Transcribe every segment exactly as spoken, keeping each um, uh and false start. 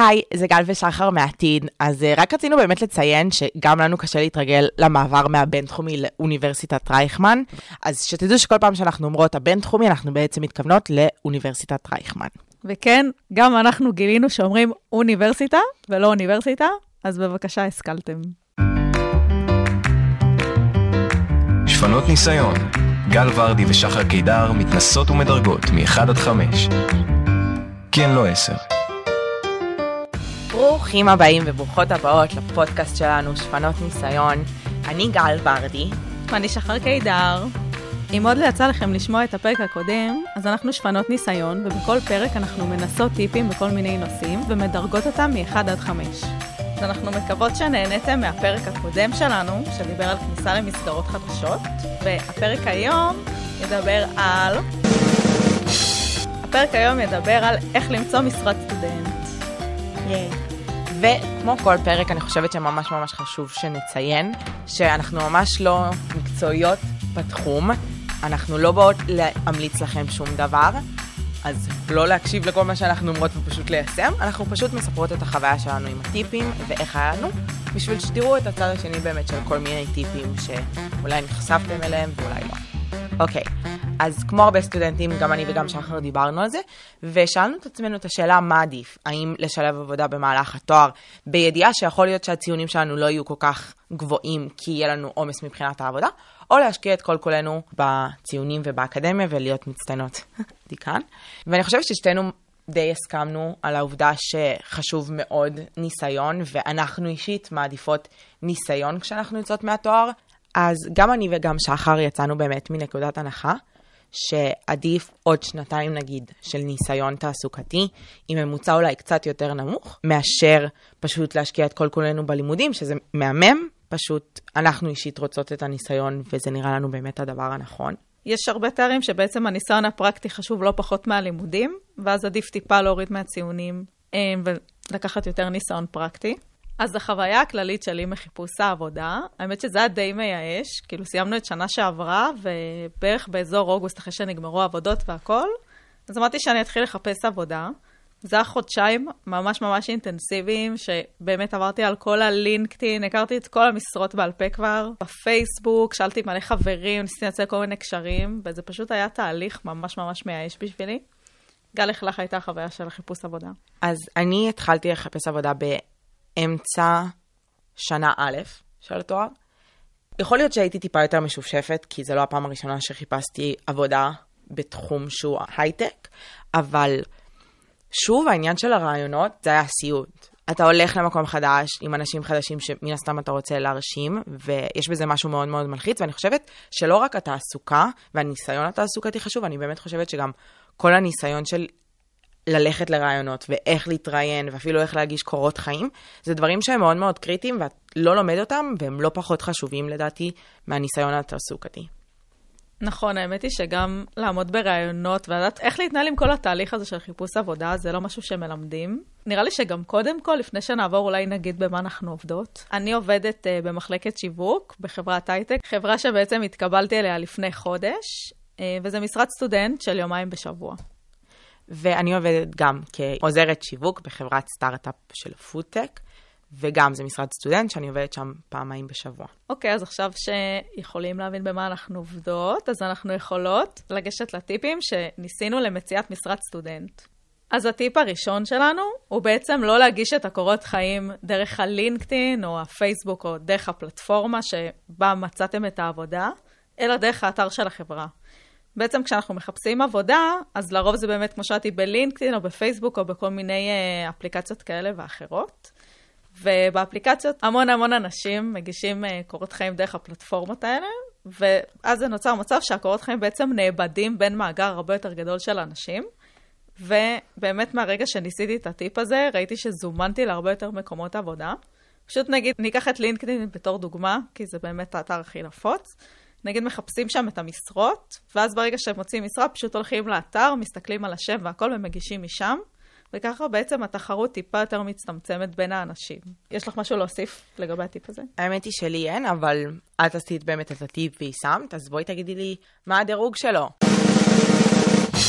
היי, זה גל ושחר מהעתיד. אז רק רצינו באמת לציין שגם לנו קשה להתרגל למעבר מהבינתחומי לאוניברסיטת רייכמן. אז שתדעו שכל פעם שאנחנו אומרות הבינתחומי, אנחנו בעצם מתכוונות לאוניברסיטת רייכמן. וכן, גם אנחנו גילינו שאומרים אוניברסיטה ולא אוניברסיטה, אז בבקשה השכלתם. שפנות ניסיון. גל ורדי ושחר קידר מתנסות ומדרגות מ-אחד עד חמש. כן, לא עשר. ברוכים הבאים וברוכות הבאות לפודקאסט שלנו, שפנות ניסיון. אני גל ורדי. ואני שחר קידר. אם עוד לא יצא לכם לשמוע את הפרק הקודם, אז אנחנו שפנות ניסיון, ובכל פרק אנחנו מנסות טיפים בכל מיני נושאים, ומדרגות אותם מ-אחד עד חמש. אז אנחנו מקוות שנהניתם מהפרק הקודם שלנו, שדיבר על כניסה למסגרות חדשות, והפרק היום ידבר על... הפרק היום ידבר על איך למצוא משרת סטודנט. ייי. וכמו כל פרק, אני חושבת שממש ממש חשוב שנציין, שאנחנו ממש לא מקצועיות בתחום, אנחנו לא באות להמליץ לכם שום דבר, אז לא להקשיב לכל מה שאנחנו אומרות ופשוט ליישם, אנחנו פשוט מספרות את החוויה שלנו עם הטיפים ואיך היה לנו, בשביל שתראו את הצד השני באמת של כל מיני טיפים שאולי נחשפתם אליהם ואולי לא. אוקיי, אז כמו הרבה סטודנטים, גם אני וגם שחר דיברנו על זה, ושאלנו את עצמנו את השאלה מה עדיף, האם לשלב עבודה במהלך התואר, בידיעה שיכול להיות שהציונים שלנו לא יהיו כל כך גבוהים, כי יהיה לנו עומס מבחינת העבודה, או להשקיע את כל כולנו בציונים ובאקדמיה ולהיות מצטיינות דיקן. ואני חושבת ששתינו די הסכמנו על העובדה שחשוב מאוד ניסיון, ואנחנו אישית מעדיפות ניסיון כשאנחנו יוצאות מהתואר. אז גם אני וגם שחר יצאנו באמת מנקודת הנחה, שעדיף עוד שנתיים נגיד של ניסיון תעסוקתי, עם ממוצע אולי קצת יותר נמוך, מאשר פשוט להשקיע את כל כולנו בלימודים, שזה מהמם, פשוט אנחנו אישית רוצות את הניסיון, וזה נראה לנו באמת הדבר הנכון. יש הרבה תארים שבעצם הניסיון הפרקטי חשוב לא פחות מהלימודים, ואז עדיף טיפה להוריד מהציונים, ולקחת יותר ניסיון פרקטי. אז החוויה הכללית שלי מחיפוש העבודה, האמת שזה היה די מייאש, כאילו סיימנו את שנה שעברה, ובערך באזור אוגוסט אחרי שנגמרו העבודות והכל, אז אמרתי שאני אתחיל לחפש עבודה. זה היה חודשיים ממש ממש אינטנסיביים, שבאמת עברתי על כל הלינקדאין, הכרתי את כל המשרות בעל פה כבר, בפייסבוק, שאלתי מלא חברים, ניסיתי לנצל כל מיני קשרים, וזה פשוט היה תהליך ממש ממש מייאש בשבילי. גל, איך לך הייתה החוויה של חיפוש עבודה? אז אני התחלתי לחפש עבודה ב... אמצע שנה א' של התואר. יכול להיות שהייתי טיפה יותר משופשפת, כי זה לא הפעם הראשונה שחיפשתי עבודה בתחום שהוא הייטק, אבל שוב, העניין של הרעיונות זה היה סיוט. אתה הולך למקום חדש עם אנשים חדשים שמן הסתם אתה רוצה להרשים, ויש בזה משהו מאוד מאוד מלחיץ, ואני חושבת שלא רק התעסוקה והניסיון התעסוקתי חשוב, אני באמת חושבת שגם כל הניסיון של ללכת לרעיונות ואיך להתראיין ואפילו איך להגיש קורות חיים, זה דברים שהם מאוד מאוד קריטיים ואת לא לומד אותם והם לא פחות חשובים לדעתי מהניסיון התעסוקתי. נכון, האמת היא שגם לעמוד ברעיונות ולדעת איך להתנהל עם כל התהליך הזה של חיפוש עבודה, זה לא משהו שמלמדים. נראה לי שגם קודם כל, לפני שנעבור אולי נגיד במה אנחנו עובדות. אני עובדת uh, במחלקת שיווק בחברת הייטק, חברה שבעצם התקבלתי אליה לפני חודש, uh, וזה משרת סטודנט של יומיים בשבוע. ואני עובדת גם כעוזרת שיווק בחברת סטארט-אפ של פודטק, וגם זה משרד סטודנט שאני עובדת שם פעמיים בשבוע. אוקיי, אז עכשיו שיכולים להבין במה אנחנו עובדות, אז אנחנו יכולות לגשת לטיפים שניסינו למציאת משרד סטודנט. אז הטיפ הראשון שלנו הוא בעצם לא להגיש את הקורות חיים דרך הלינקדאין או הפייסבוק או דרך הפלטפורמה שבה מצאתם את העבודה, אלא דרך האתר של החברה. בעצם כשאנחנו מחפשים עבודה, אז לרוב זה באמת כמו שאתי בלינקדאין או בפייסבוק או בכל מיני אפליקציות כאלה ואחרות. ובאפליקציות המון המון אנשים מגישים קורות חיים דרך הפלטפורמות האלה, ואז זה נוצר מצב שהקורות חיים בעצם נאבדים בין מאגר הרבה יותר גדול של אנשים, ובאמת מהרגע שניסיתי את הטיפ הזה, ראיתי שזומנתי להרבה יותר מקומות עבודה. פשוט נגיד, ניקח את לינקדאין בתור דוגמה, כי זה באמת האתר הכי נפוץ. נגיד מחפשים שם את המשרות, ואז ברגע שהם מוצאים משרה, פשוט הולכים לאתר, מסתכלים על השם והכל ומגישים משם, וככה בעצם התחרות טיפה יותר מצטמצמת בין האנשים. יש לך משהו להוסיף לגבי הטיפ הזה? האמת היא שלי אין, אבל את עשית באמת את הטיפ והיא שמת, אז בואי תגידי לי מה הדירוג שלו.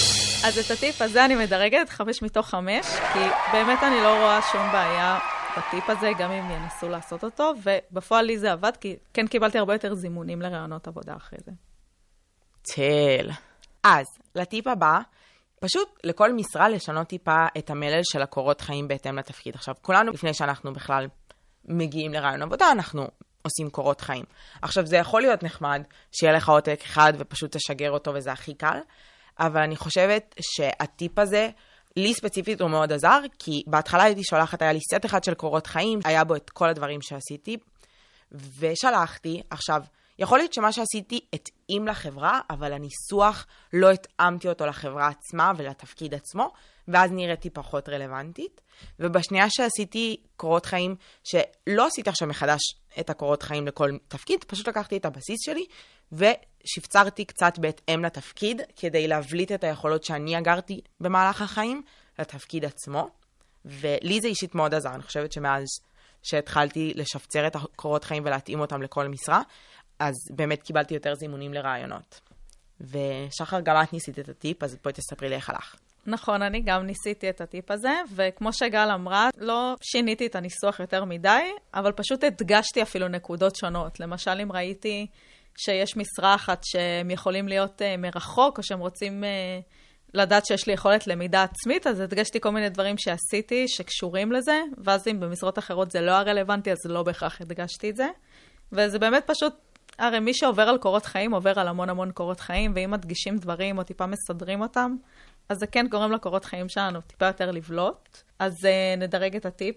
אז את הטיפ הזה אני מדרגת חמש מתוך חמש, כי באמת אני לא רואה שום בעיה בטיפ הזה, גם אם ינסו לעשות אותו, ובפועל לי זה עבד, כי כן קיבלתי הרבה יותר זימונים לרעיונות עבודה אחרי זה. תל. אז, לטיפ הבא, פשוט לכל משרה לשנות טיפה את המלל של הקורות חיים בהתאם לתפקיד. עכשיו, כולנו, לפני שאנחנו בכלל מגיעים לרעיון עבודה, אנחנו עושים קורות חיים. עכשיו, זה יכול להיות נחמד, שיהיה לך עותק אחד ופשוט תשגר אותו וזה הכי קל, אבל אני חושבת שהטיפ הזה, לי ספציפית הוא מאוד עזר, כי בהתחלה הייתי שולחת, היה לי סט אחד של קורות חיים, היה בו את כל הדברים שעשיתי, ושלחתי. עכשיו, יכול להיות שמה שעשיתי התאים לחברה, אבל הניסוח לא התאמתי אותו לחברה עצמה ולתפקיד עצמו, ואז נראיתי פחות רלוונטית. ובשנייה שעשיתי קורות חיים, שלא עשיתי עכשיו מחדש את הקורות חיים לכל תפקיד, פשוט לקחתי את הבסיס שלי, ושפצרתי קצת בהתאם לתפקיד, כדי להבליט את היכולות שאני אגרתי במהלך החיים לתפקיד עצמו. ולי זה אישית מאוד עזר. אני חושבת שמאז שהתחלתי לשפצר את הקורות חיים ולהתאים אותם לכל משרה, אז באמת קיבלתי יותר זימונים לרעיונות. ושחר, גם את ניסית את הטיפ, אז בואי תספרי לי איך הלך. נכון, אני גם ניסיתי את הטיפ הזה, וכמו שגל אמרה, לא שיניתי את הניסוח יותר מדי, אבל פשוט הדגשתי אפילו נקודות שונות. למשל, אם ראיתי שיש משרה אחת שהם יכולים להיות uh, מרחוק, או שהם רוצים uh, לדעת שיש לי יכולת למידה עצמית, אז הדגשתי כל מיני דברים שעשיתי שקשורים לזה, ואז אם במשרות אחרות זה לא הרלוונטי, אז לא בהכרח הדגשתי את זה. וזה באמת פשוט, הרי מי שעובר על קורות חיים, עובר על המון המון קורות חיים, ואם מדגישים דברים או טיפה מסדרים אותם, אז זה כן גורם לקורות חיים שלנו טיפה יותר לבלוט. אז uh, נדרג את הטיפ.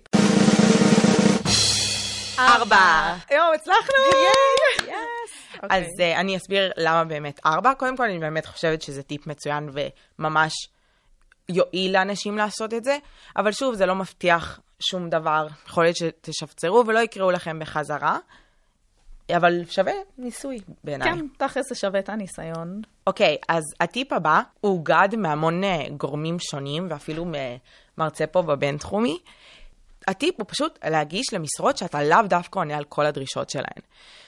ארבע. יואו, הצלחנו! יס! אז uh, אני אסביר למה באמת ארבע. קודם כל, אני באמת חושבת שזה טיפ מצוין וממש יועיל לאנשים לעשות את זה. אבל שוב, זה לא מבטיח שום דבר. יכול להיות שתשפצרו ולא יקראו לכם בחזרה. אבל שווה ניסוי בעיניי. כן, תכלס זה שווה את הניסיון. אוקיי, אז הטיפ הבא הוא גד מהמון גורמים שונים, ואפילו מרצה פה בבינתחומי. הטיפ הוא פשוט להגיש למשרות שאתה לאו דווקא עונה על כל הדרישות שלהן.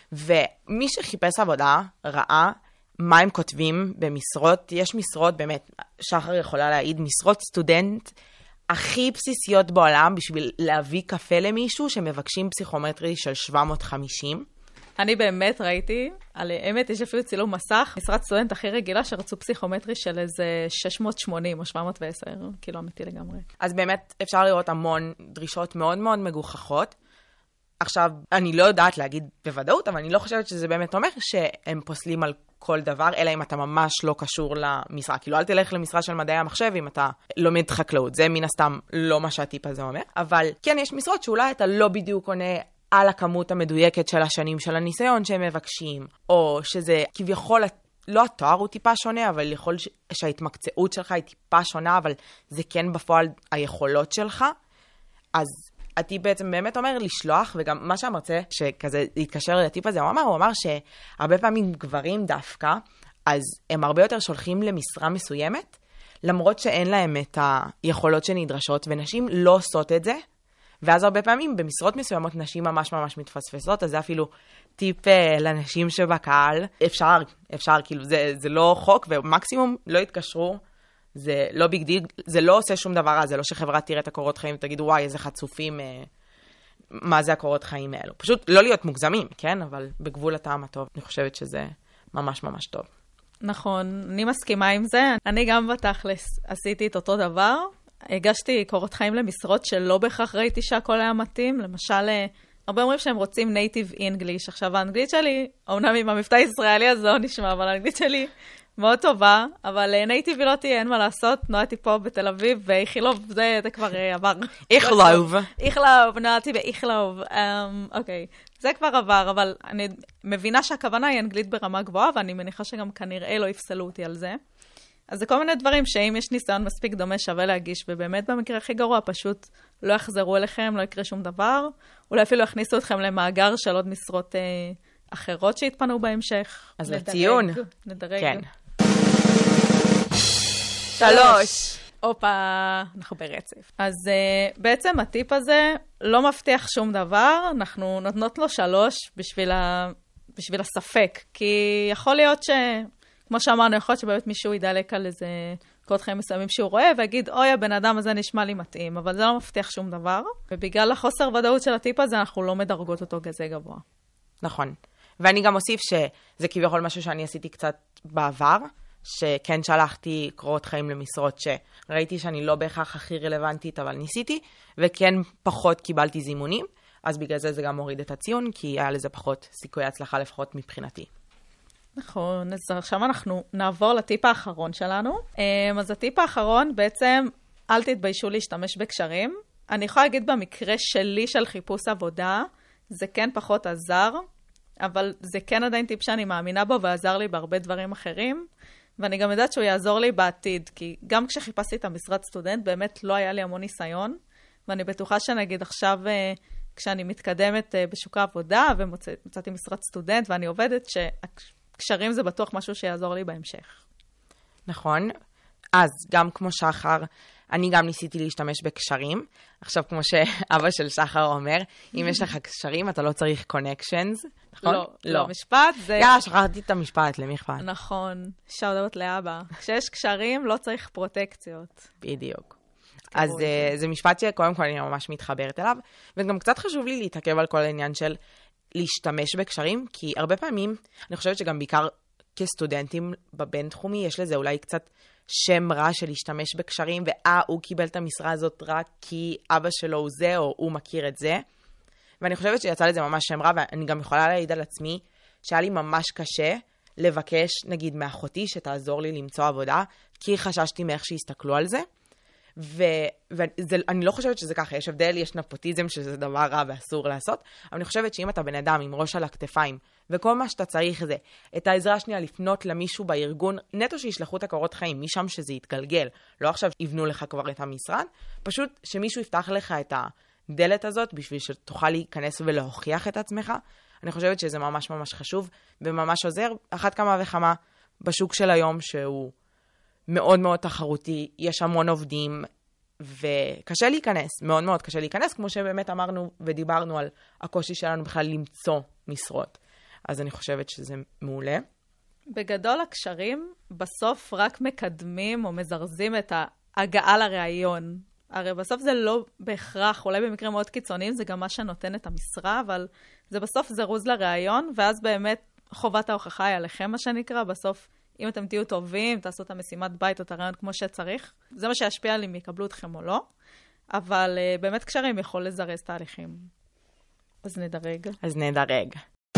ומי שחיפש עבודה ראה מה הם כותבים במשרות, יש משרות באמת, שחר יכולה להעיד, משרות סטודנט הכי בסיסיות בעולם בשביל להביא קפה למישהו שמבקשים פסיכומטרי של שבע מאות וחמישים. אני באמת ראיתי, על אמת יש אפילו צילום מסך, משרת סטודנט הכי רגילה שרצו פסיכומטרי של איזה שש מאות ושמונים או שבע מאות ועשר, כאילו אמיתי לגמרי. אז באמת אפשר לראות המון דרישות מאוד מאוד מגוחכות. עכשיו, אני לא יודעת להגיד בוודאות, אבל אני לא חושבת שזה באמת אומר שהם פוסלים על כל דבר, אלא אם אתה ממש לא קשור למשרה. כאילו, אל תלך למשרה של מדעי המחשב אם אתה לומד חקלאות. זה מן הסתם לא מה שהטיפ הזה אומר. אבל כן, יש משרות שאולי אתה לא בדיוק עונה על הכמות המדויקת של השנים של הניסיון שהם מבקשים, או שזה כביכול, לא התואר הוא טיפה שונה, אבל יכול שההתמקצעות שלך היא טיפה שונה, אבל זה כן בפועל היכולות שלך. אז הטיפ בעצם באמת אומר לשלוח, וגם מה שהמרצה שכזה התקשר לטיפ הזה, הוא אמר, הוא אמר שהרבה פעמים גברים דווקא, אז הם הרבה יותר שולחים למשרה מסוימת, למרות שאין להם את היכולות שנדרשות, ונשים לא עושות את זה, ואז הרבה פעמים במשרות מסוימות נשים ממש ממש מתפספסות, אז זה אפילו טיפ לנשים שבקהל. אפשר, אפשר, כאילו זה, זה לא חוק, ומקסימום לא יתקשרו, זה לא ביג דיל, זה לא עושה שום דבר רע, זה לא שחברה תראה את הקורות חיים ותגידו, וואי, איזה חצופים, מה זה הקורות חיים האלו. פשוט לא להיות מוגזמים, כן? אבל בגבול הטעם הטוב, אני חושבת שזה ממש ממש טוב. נכון, אני מסכימה עם זה. אני גם בתכלס עשיתי את אותו דבר. הגשתי קורות חיים למשרות שלא בהכרח ראיתי שהכל היה מתאים. למשל, הרבה אומרים שהם רוצים נייטיב אינגליש. עכשיו, האנגלית שלי, אומנם עם המבטא הישראלי אז לא נשמע, אבל האנגלית שלי מאוד טובה, אבל נייטיב לא תהיה, אין מה לעשות. נועדתי פה בתל אביב, ואיכילוב, זה, זה כבר עבר. איכלוב. איכלוב, נועדתי באיכלוב. אוקיי, זה כבר עבר, אבל אני מבינה שהכוונה היא אנגלית ברמה גבוהה, ואני מניחה שגם כנראה לא יפסלו אותי על זה. אז זה כל מיני דברים שאם יש ניסיון מספיק דומה שווה להגיש, ובאמת במקרה הכי גרוע פשוט לא יחזרו אליכם, לא יקרה שום דבר, אולי אפילו יכניסו אתכם למאגר של עוד משרות אה, אחרות שהתפנו בהמשך. אז נדרג, לציון. נדרג. כן. שלוש. אופה, אנחנו ברצף. אז uh, בעצם הטיפ הזה לא מבטיח שום דבר, אנחנו נותנות לו שלוש בשביל, ה... בשביל הספק, כי יכול להיות ש... כמו שאמרנו, יכול להיות שבאמת מישהו ידלק על איזה קורות חיים מסוימים שהוא רואה, ויגיד, אוי, הבן אדם הזה נשמע לי מתאים, אבל זה לא מבטיח שום דבר. ובגלל החוסר ודאות של הטיפ הזה, אנחנו לא מדרגות אותו כזה גבוה. נכון. ואני גם אוסיף שזה כביכול משהו שאני עשיתי קצת בעבר, שכן שלחתי קורות חיים למשרות שראיתי שאני לא בהכרח הכי רלוונטית, אבל ניסיתי, וכן פחות קיבלתי זימונים, אז בגלל זה זה גם מוריד את הציון, כי היה לזה פחות סיכוי הצלחה לפחות מבחינתי. נכון, אז עכשיו אנחנו נעבור לטיפ האחרון שלנו. אז הטיפ האחרון בעצם, אל תתביישו להשתמש בקשרים. אני יכולה להגיד במקרה שלי של חיפוש עבודה, זה כן פחות עזר, אבל זה כן עדיין טיפ שאני מאמינה בו ועזר לי בהרבה דברים אחרים, ואני גם יודעת שהוא יעזור לי בעתיד, כי גם כשחיפשתי את המשרת סטודנט, באמת לא היה לי המון ניסיון, ואני בטוחה שנגיד עכשיו, כשאני מתקדמת בשוק העבודה, ומצאתי משרת סטודנט, ואני עובדת, שקשרים זה בטוח משהו שיעזור לי בהמשך. נכון. אז גם כמו שחר, אני גם ניסיתי להשתמש בקשרים. עכשיו, כמו שאבא של שחר אומר, אם יש לך קשרים, אתה לא צריך קונקשנס, נכון? לא, לא. משפט זה... יאללה, שכחתי את המשפט, למי אכפת? נכון, שאודות לאבא. כשיש קשרים, לא צריך פרוטקציות. בדיוק. אז זה משפט שקודם כל אני ממש מתחברת אליו, וגם קצת חשוב לי להתעכב על כל העניין של להשתמש בקשרים, כי הרבה פעמים, אני חושבת שגם בעיקר כסטודנטים בבין-תחומי, יש לזה אולי קצת שם רע של להשתמש בקשרים, ואה, הוא קיבל את המשרה הזאת רק כי אבא שלו הוא זה, או הוא מכיר את זה. ואני חושבת שיצא לזה ממש שם רע, ואני גם יכולה להעיד על עצמי, שהיה לי ממש קשה לבקש, נגיד, מאחותי שתעזור לי למצוא עבודה, כי חששתי מאיך שיסתכלו על זה. ואני לא חושבת שזה ככה, יש הבדל, יש נפוטיזם שזה דבר רע ואסור לעשות, אבל אני חושבת שאם אתה בן אדם עם ראש על הכתפיים, וכל מה שאתה צריך זה את העזרה השנייה לפנות למישהו בארגון, נטו שישלחו את הקורות חיים, משם שזה יתגלגל, לא עכשיו יבנו לך כבר את המשרד, פשוט שמישהו יפתח לך את הדלת הזאת, בשביל שתוכל להיכנס ולהוכיח את עצמך, אני חושבת שזה ממש ממש חשוב, וממש עוזר, אחת כמה וכמה בשוק של היום שהוא מאוד מאוד תחרותי, יש המון עובדים, וקשה להיכנס, מאוד מאוד קשה להיכנס, כמו שבאמת אמרנו ודיברנו על הקושי שלנו בכלל למצוא משרות. אז אני חושבת שזה מעולה. בגדול הקשרים בסוף רק מקדמים או מזרזים את ההגעה לראיון. הרי בסוף זה לא בהכרח, אולי במקרה מאוד קיצוניים, זה גם מה שנותן את המשרה, אבל זה בסוף זירוז לראיון, ואז באמת חובת ההוכחה היא עליכם, מה שנקרא, בסוף אם אתם תהיו טובים, תעשו את המשימת בית או את הרעיון כמו שצריך, זה מה שישפיע על אם יקבלו אתכם או לא, אבל uh, באמת קשרים יכול לזרז תהליכים. אז נדרג. אז נדרג.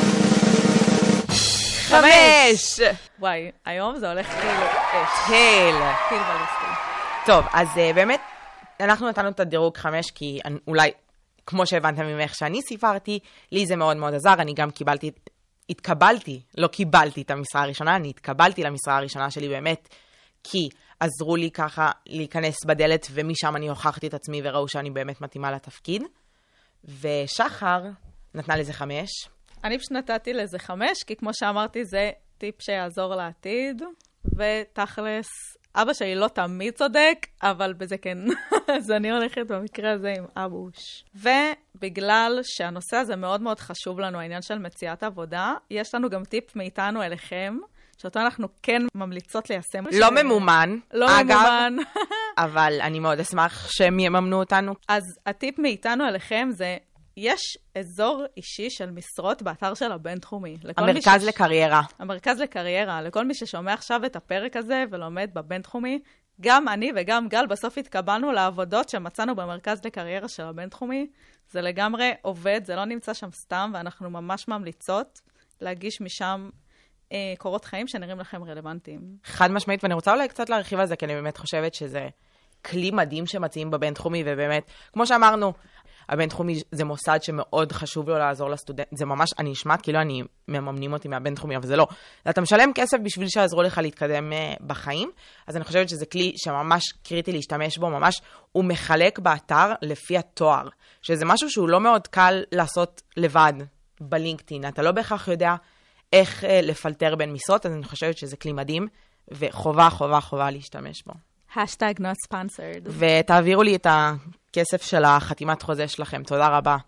חמש! וואי, היום זה הולך כאילו... טיל. טיל בליסטי. טוב, אז uh, באמת, אנחנו נתנו את הדירוג חמש, כי אולי, כמו שהבנתם ממך שאני סיפרתי, לי זה מאוד מאוד עזר, אני גם קיבלתי... התקבלתי, לא קיבלתי את המשרה הראשונה, אני התקבלתי למשרה הראשונה שלי באמת, כי עזרו לי ככה להיכנס בדלת, ומשם אני הוכחתי את עצמי וראו שאני באמת מתאימה לתפקיד. ושחר נתנה לזה חמש. אני פשוט נתתי לזה חמש, כי כמו שאמרתי, זה טיפ שיעזור לעתיד, ותכלס, אבא שלי לא תמיד צודק, אבל בזה כן. אז אני הולכת במקרה הזה עם אבוש. ובגלל שהנושא הזה מאוד מאוד חשוב לנו, העניין של מציאת עבודה, יש לנו גם טיפ מאיתנו אליכם, שאותו אנחנו כן ממליצות ליישם. לא ש... ממומן. לא אגב, ממומן. אבל אני מאוד אשמח שהם יממנו אותנו. אז הטיפ מאיתנו אליכם זה, יש אזור אישי של משרות באתר של הבינתחומי. המרכז ש... לקריירה. המרכז לקריירה. לכל מי ששומע עכשיו את הפרק הזה ולומד בבינתחומי, גם אני וגם גל בסוף התקבלנו לעבודות שמצאנו במרכז לקריירה של הבינתחומי. זה לגמרי עובד, זה לא נמצא שם סתם, ואנחנו ממש ממליצות להגיש משם אה, קורות חיים שנראים לכם רלוונטיים. חד משמעית, ואני רוצה אולי קצת להרחיב על זה, כי אני באמת חושבת שזה כלי מדהים שמציעים בבינתחומי, ובאמת, כמו שאמרנו, הבינתחומי זה מוסד שמאוד חשוב לו לעזור לסטודנט, זה ממש, אני נשמעת כאילו אני מממנים אותי מהבינתחומי, אבל זה לא. אתה משלם כסף בשביל שיעזרו לך להתקדם בחיים, אז אני חושבת שזה כלי שממש קריטי להשתמש בו, ממש הוא מחלק באתר לפי התואר, שזה משהו שהוא לא מאוד קל לעשות לבד בלינקדאין, אתה לא בהכרח יודע איך לפלטר בין משרות, אז אני חושבת שזה כלי מדהים, וחובה, חובה, חובה להשתמש בו. hashtag not sponsored. ותעבירו לי את הכסף של החתימת חוזה שלכם. תודה רבה.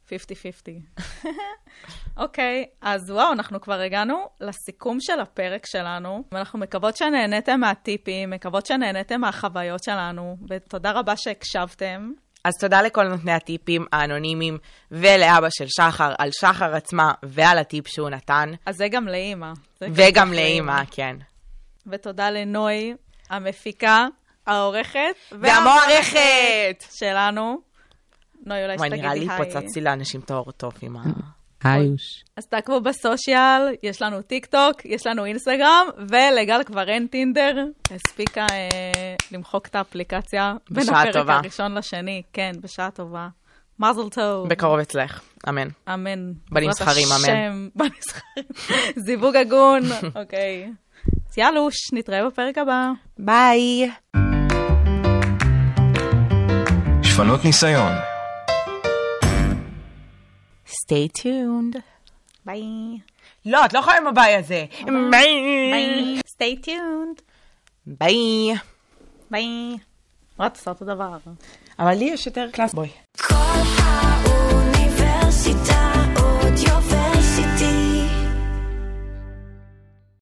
חמישים חמישים. אוקיי, אז וואו, אנחנו כבר הגענו לסיכום של הפרק שלנו, ואנחנו מקוות שנהנתם מהטיפים, מקוות שנהנתם מהחוויות שלנו, ותודה רבה שהקשבתם. אז תודה לכל נותני הטיפים האנונימיים, ולאבא של שחר, על שחר עצמה, ועל הטיפ שהוא נתן. אז זה גם לאמא. וגם לאמא, כן. ותודה לנוי, המפיקה, העורכת, והמוערכת שלנו. נוי, אולי שתגידי היי. נראה לי פוצצתי לאנשים תואר טוב עם ה... היוש. אז תעקבו בסושיאל, יש לנו טיק טוק, יש לנו אינסטגרם, ולגל כבר אין טינדר, הספיקה אה, למחוק את האפליקציה. בשעה טובה. בין הפרק הראשון לשני, כן, בשעה טובה. מזל טוב. בקרוב אצלך, אמן. אמן. בנסחרים, אמן. בנסחרים. זיווג הגון, אוקיי. אז יאלוש, נתראה בפרק הבא. ביי. שפנות ניסיון. Stay tuned. ביי. לא, את לא יכולה עם הביי הזה. ביי. ביי. Stay tuned. ביי. ביי. מה, תעשה אותו דבר. אבל לי יש יותר קלאס, בואי.